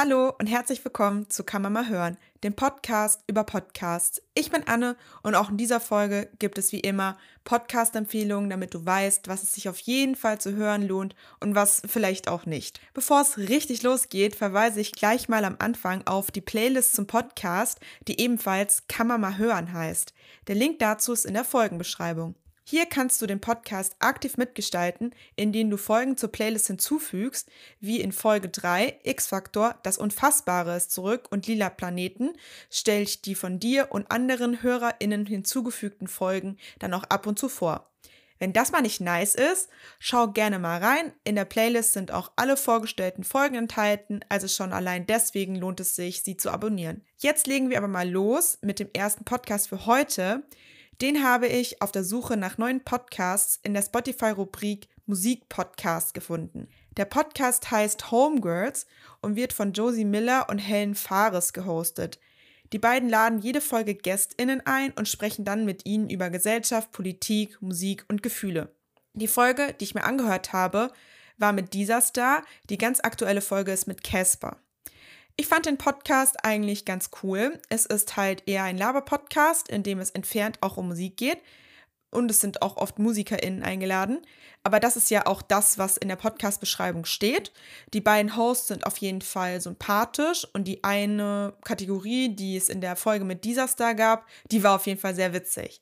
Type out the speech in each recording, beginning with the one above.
Hallo und herzlich willkommen zu Kann man mal hören, dem Podcast über Podcasts. Ich bin Anne und auch in dieser Folge gibt es wie immer Podcast-Empfehlungen, damit du weißt, was es sich auf jeden Fall zu hören lohnt und was vielleicht auch nicht. Bevor es richtig losgeht, verweise ich gleich mal am Anfang auf die Playlist zum Podcast, die ebenfalls Kann man mal hören heißt. Der Link dazu ist in der Folgenbeschreibung. Hier kannst du den Podcast aktiv mitgestalten, indem du Folgen zur Playlist hinzufügst, wie in Folge 3 X-Faktor, das Unfassbare ist zurück und Lila Planeten, stelle ich die von dir und anderen HörerInnen hinzugefügten Folgen dann auch ab und zu vor. Wenn das mal nicht nice ist, schau gerne mal rein. In der Playlist sind auch alle vorgestellten Folgen enthalten, also schon allein deswegen lohnt es sich, sie zu abonnieren. Jetzt legen wir aber mal los mit dem ersten Podcast für heute. Den habe ich auf der Suche nach neuen Podcasts in der Spotify-Rubrik Musik-Podcast gefunden. Der Podcast heißt Homegirls und wird von Josie Miller und Helen Fares gehostet. Die beiden laden jede Folge GästInnen ein und sprechen dann mit ihnen über Gesellschaft, Politik, Musik und Gefühle. Die Folge, die ich mir angehört habe, war mit Disaster. Die ganz aktuelle Folge ist mit Casper. Ich fand den Podcast eigentlich ganz cool. Es ist halt eher ein Laber-Podcast, in dem es entfernt auch um Musik geht. Und es sind auch oft MusikerInnen eingeladen. Aber das ist ja auch das, was in der Podcast-Beschreibung steht. Die beiden Hosts sind auf jeden Fall sympathisch. Und die eine Kategorie, die es in der Folge mit Disaster gab, die war auf jeden Fall sehr witzig.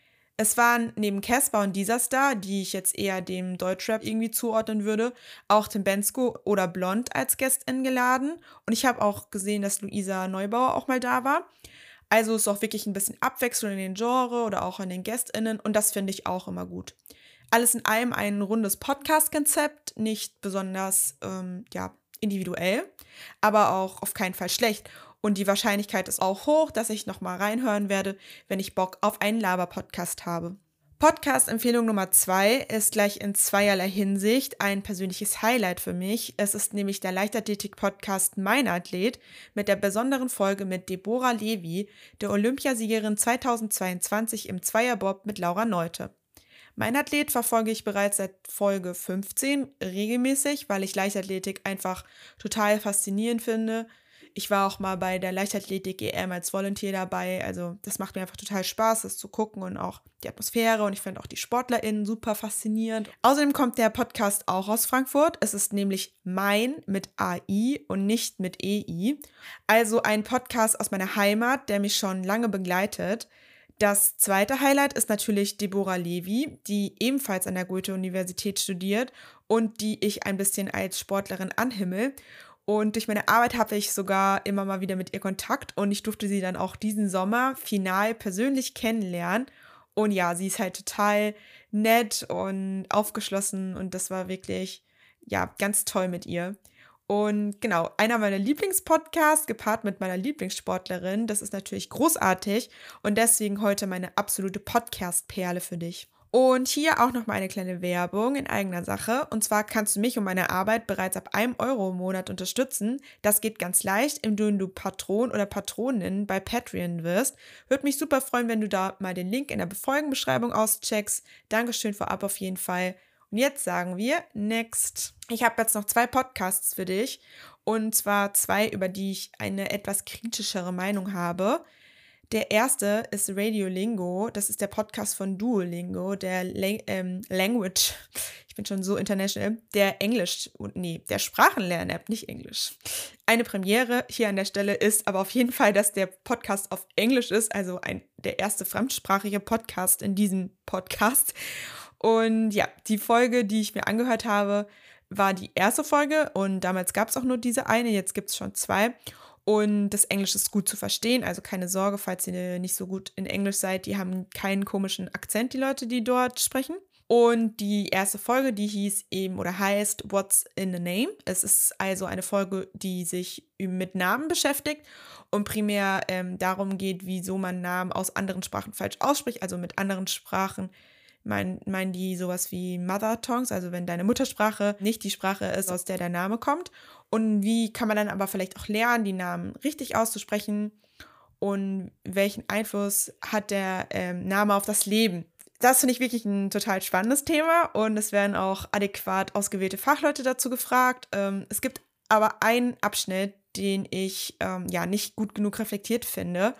Es waren neben Casper und Disaster, die ich jetzt eher dem Deutschrap irgendwie zuordnen würde, auch Tim Bendzko oder Blond als Gästin geladen. Und ich habe auch gesehen, dass Luisa Neubauer auch mal da war. Also ist auch wirklich ein bisschen Abwechslung in den Genre oder auch in den GästInnen. Und das finde ich auch immer gut. Alles in allem ein rundes Podcast-Konzept, nicht besonders individuell, aber auch auf keinen Fall schlecht. Und die Wahrscheinlichkeit ist auch hoch, dass ich nochmal reinhören werde, wenn ich Bock auf einen Laber-Podcast habe. Podcast-Empfehlung Nummer 2 ist gleich in zweierlei Hinsicht ein persönliches Highlight für mich. Es ist nämlich der Leichtathletik-Podcast Mein Athlet mit der besonderen Folge mit Deborah Levy, der Olympiasiegerin 2022 im Zweierbob mit Laura Neute. Mein Athlet verfolge ich bereits seit Folge 15 regelmäßig, weil ich Leichtathletik einfach total faszinierend finde. Ich war auch mal bei der Leichtathletik-EM als Volunteer dabei, also das macht mir einfach total Spaß, das zu gucken und auch die Atmosphäre und ich finde auch die SportlerInnen super faszinierend. Außerdem kommt der Podcast auch aus Frankfurt, es ist nämlich Mein mit AI und nicht mit EI, also ein Podcast aus meiner Heimat, der mich schon lange begleitet. Das zweite Highlight ist natürlich Deborah Levy, die ebenfalls an der Goethe-Universität studiert und die ich ein bisschen als Sportlerin anhimmel. Und durch meine Arbeit habe ich sogar immer mal wieder mit ihr Kontakt und ich durfte sie dann auch diesen Sommer final persönlich kennenlernen. Und ja, sie ist halt total nett und aufgeschlossen und das war wirklich, ja, ganz toll mit ihr. Und genau, einer meiner Lieblingspodcasts, gepaart mit meiner Lieblingssportlerin, das ist natürlich großartig und deswegen heute meine absolute Podcast-Perle für dich. Und hier auch noch mal eine kleine Werbung in eigener Sache. Und zwar kannst du mich und meine Arbeit bereits ab 1 € im Monat unterstützen. Das geht ganz leicht, indem du Patron oder Patronin bei Patreon wirst. Würde mich super freuen, wenn du da mal den Link in der Folgenbeschreibung auscheckst. Dankeschön vorab auf jeden Fall. Und jetzt sagen wir next. Ich habe jetzt noch 2 Podcasts für dich. Und zwar 2, über die ich eine etwas kritischere Meinung habe. Der erste ist Radiolingo, das ist der Podcast von Duolingo, der Language, ich bin schon so international, der Sprachenlern-App, nicht Englisch. Eine Premiere hier an der Stelle ist aber auf jeden Fall, dass der Podcast auf Englisch ist, also der erste fremdsprachige Podcast in diesem Podcast. Und ja, die Folge, die ich mir angehört habe, war die erste Folge und damals gab es auch nur diese eine, jetzt gibt es schon 2. Und das Englisch ist gut zu verstehen, also keine Sorge, falls ihr nicht so gut in Englisch seid, die haben keinen komischen Akzent, die Leute, die dort sprechen. Und die erste Folge, die hieß eben oder heißt What's in the Name? Es ist also eine Folge, die sich mit Namen beschäftigt und primär darum geht, wieso man Namen aus anderen Sprachen falsch ausspricht, also mit anderen Sprachen. Meinen die sowas wie Mother Tongues, also wenn deine Muttersprache nicht die Sprache ist, aus der der Name kommt. Und wie kann man dann aber vielleicht auch lernen, die Namen richtig auszusprechen und welchen Einfluss hat der Name auf das Leben? Das finde ich wirklich ein total spannendes Thema und es werden auch adäquat ausgewählte Fachleute dazu gefragt. Es gibt aber einen Abschnitt, den ich nicht gut genug reflektiert finde.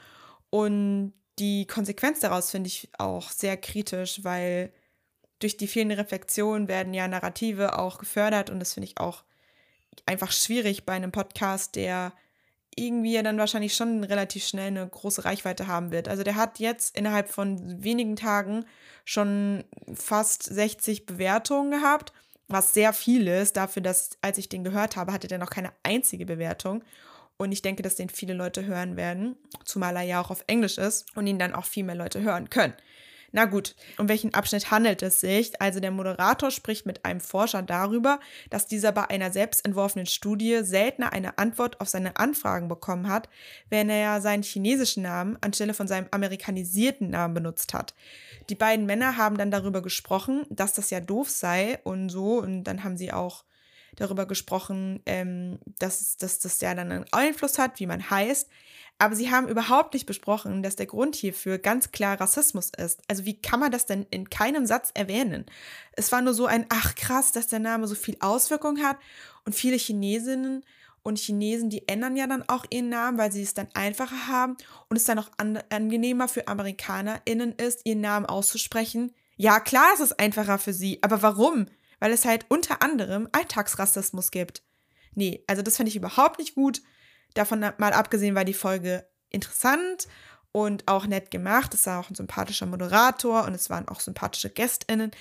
Und die Konsequenz daraus finde ich auch sehr kritisch, weil durch die fehlende Reflexion werden ja Narrative auch gefördert und das finde ich auch einfach schwierig bei einem Podcast, der irgendwie ja dann wahrscheinlich schon relativ schnell eine große Reichweite haben wird. Also der hat jetzt innerhalb von wenigen Tagen schon fast 60 Bewertungen gehabt, was sehr viel ist dafür, dass, als ich den gehört habe, hatte der noch keine einzige Bewertung. Und ich denke, dass den viele Leute hören werden, zumal er ja auch auf Englisch ist und ihn dann auch viel mehr Leute hören können. Na gut, um welchen Abschnitt handelt es sich? Also der Moderator spricht mit einem Forscher darüber, dass dieser bei einer selbst entworfenen Studie seltener eine Antwort auf seine Anfragen bekommen hat, wenn er seinen chinesischen Namen anstelle von seinem amerikanisierten Namen benutzt hat. Die beiden Männer haben dann darüber gesprochen, dass das ja doof sei und so. Und dann haben sie auch darüber gesprochen, dass das ja dann einen Einfluss hat, wie man heißt. Aber sie haben überhaupt nicht besprochen, dass der Grund hierfür ganz klar Rassismus ist. Also wie kann man das denn in keinem Satz erwähnen? Es war nur so ein, ach krass, dass der Name so viel Auswirkung hat. Und viele Chinesinnen und Chinesen, die ändern ja dann auch ihren Namen, weil sie es dann einfacher haben und es dann auch angenehmer für AmerikanerInnen ist, ihren Namen auszusprechen. Ja, klar, es ist einfacher für sie. Aber warum? Weil es halt unter anderem Alltagsrassismus gibt. Nee, also das finde ich überhaupt nicht gut. Davon mal abgesehen war die Folge interessant und auch nett gemacht. Es war auch ein sympathischer Moderator und es waren auch sympathische GästInnen.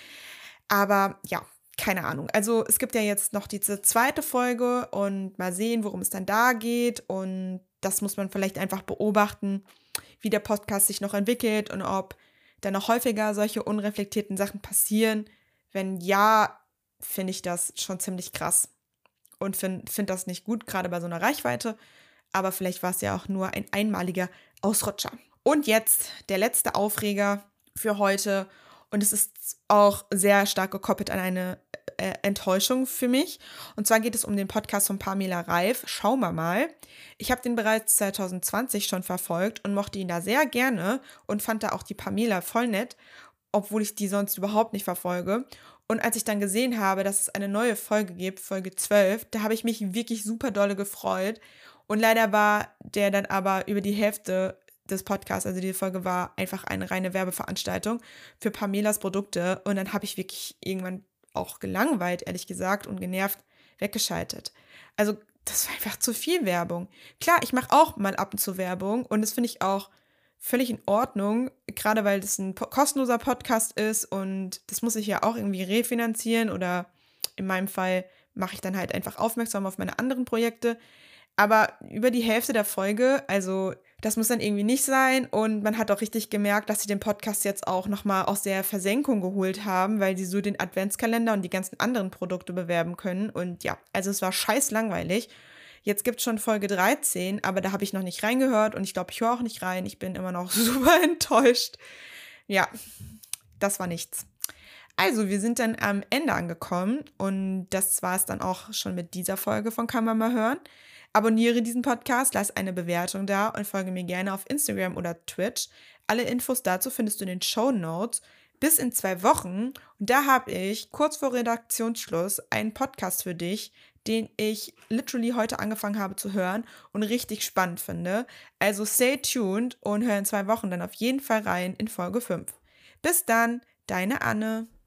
Aber ja, keine Ahnung. Also es gibt ja jetzt noch diese zweite Folge und mal sehen, worum es dann da geht. Und das muss man vielleicht einfach beobachten, wie der Podcast sich noch entwickelt und ob dann noch häufiger solche unreflektierten Sachen passieren. Wenn ja, finde ich das schon ziemlich krass. Und finde das nicht gut, gerade bei so einer Reichweite. Aber vielleicht war es ja auch nur ein einmaliger Ausrutscher. Und jetzt der letzte Aufreger für heute. Und es ist auch sehr stark gekoppelt an eine Enttäuschung für mich. Und zwar geht es um den Podcast von Pamela Reif. Schauen wir mal. Ich habe den bereits 2020 schon verfolgt und mochte ihn da sehr gerne und fand da auch die Pamela voll nett, obwohl ich die sonst überhaupt nicht verfolge. Und als ich dann gesehen habe, dass es eine neue Folge gibt, Folge 12, da habe ich mich wirklich super dolle gefreut. Und leider war der dann aber über die Hälfte des Podcasts, also die Folge war einfach eine reine Werbeveranstaltung für Pamelas Produkte. Und dann habe ich wirklich irgendwann auch gelangweilt, ehrlich gesagt, und genervt weggeschaltet. Also das war einfach zu viel Werbung. Klar, ich mache auch mal ab und zu Werbung und das finde ich auch völlig in Ordnung, gerade weil das ein kostenloser Podcast ist und das muss ich ja auch irgendwie refinanzieren oder in meinem Fall mache ich dann halt einfach aufmerksam auf meine anderen Projekte. Aber über die Hälfte der Folge, also das muss dann irgendwie nicht sein und man hat auch richtig gemerkt, dass sie den Podcast jetzt auch nochmal aus der Versenkung geholt haben, weil sie so den Adventskalender und die ganzen anderen Produkte bewerben können und ja, also es war scheiß langweilig. Jetzt gibt es schon Folge 13, aber da habe ich noch nicht reingehört und ich glaube, ich höre auch nicht rein. Ich bin immer noch super enttäuscht. Ja, das war nichts. Also, wir sind dann am Ende angekommen und das war es dann auch schon mit dieser Folge von Kann man mal hören. Abonniere diesen Podcast, lass eine Bewertung da und folge mir gerne auf Instagram oder Twitch. Alle Infos dazu findest du in den Shownotes. Bis in 2 Wochen. Und da habe ich kurz vor Redaktionsschluss einen Podcast für dich, den ich literally heute angefangen habe zu hören und richtig spannend finde. Also stay tuned und hör in 2 Wochen dann auf jeden Fall rein in Folge 5. Bis dann, deine Anne.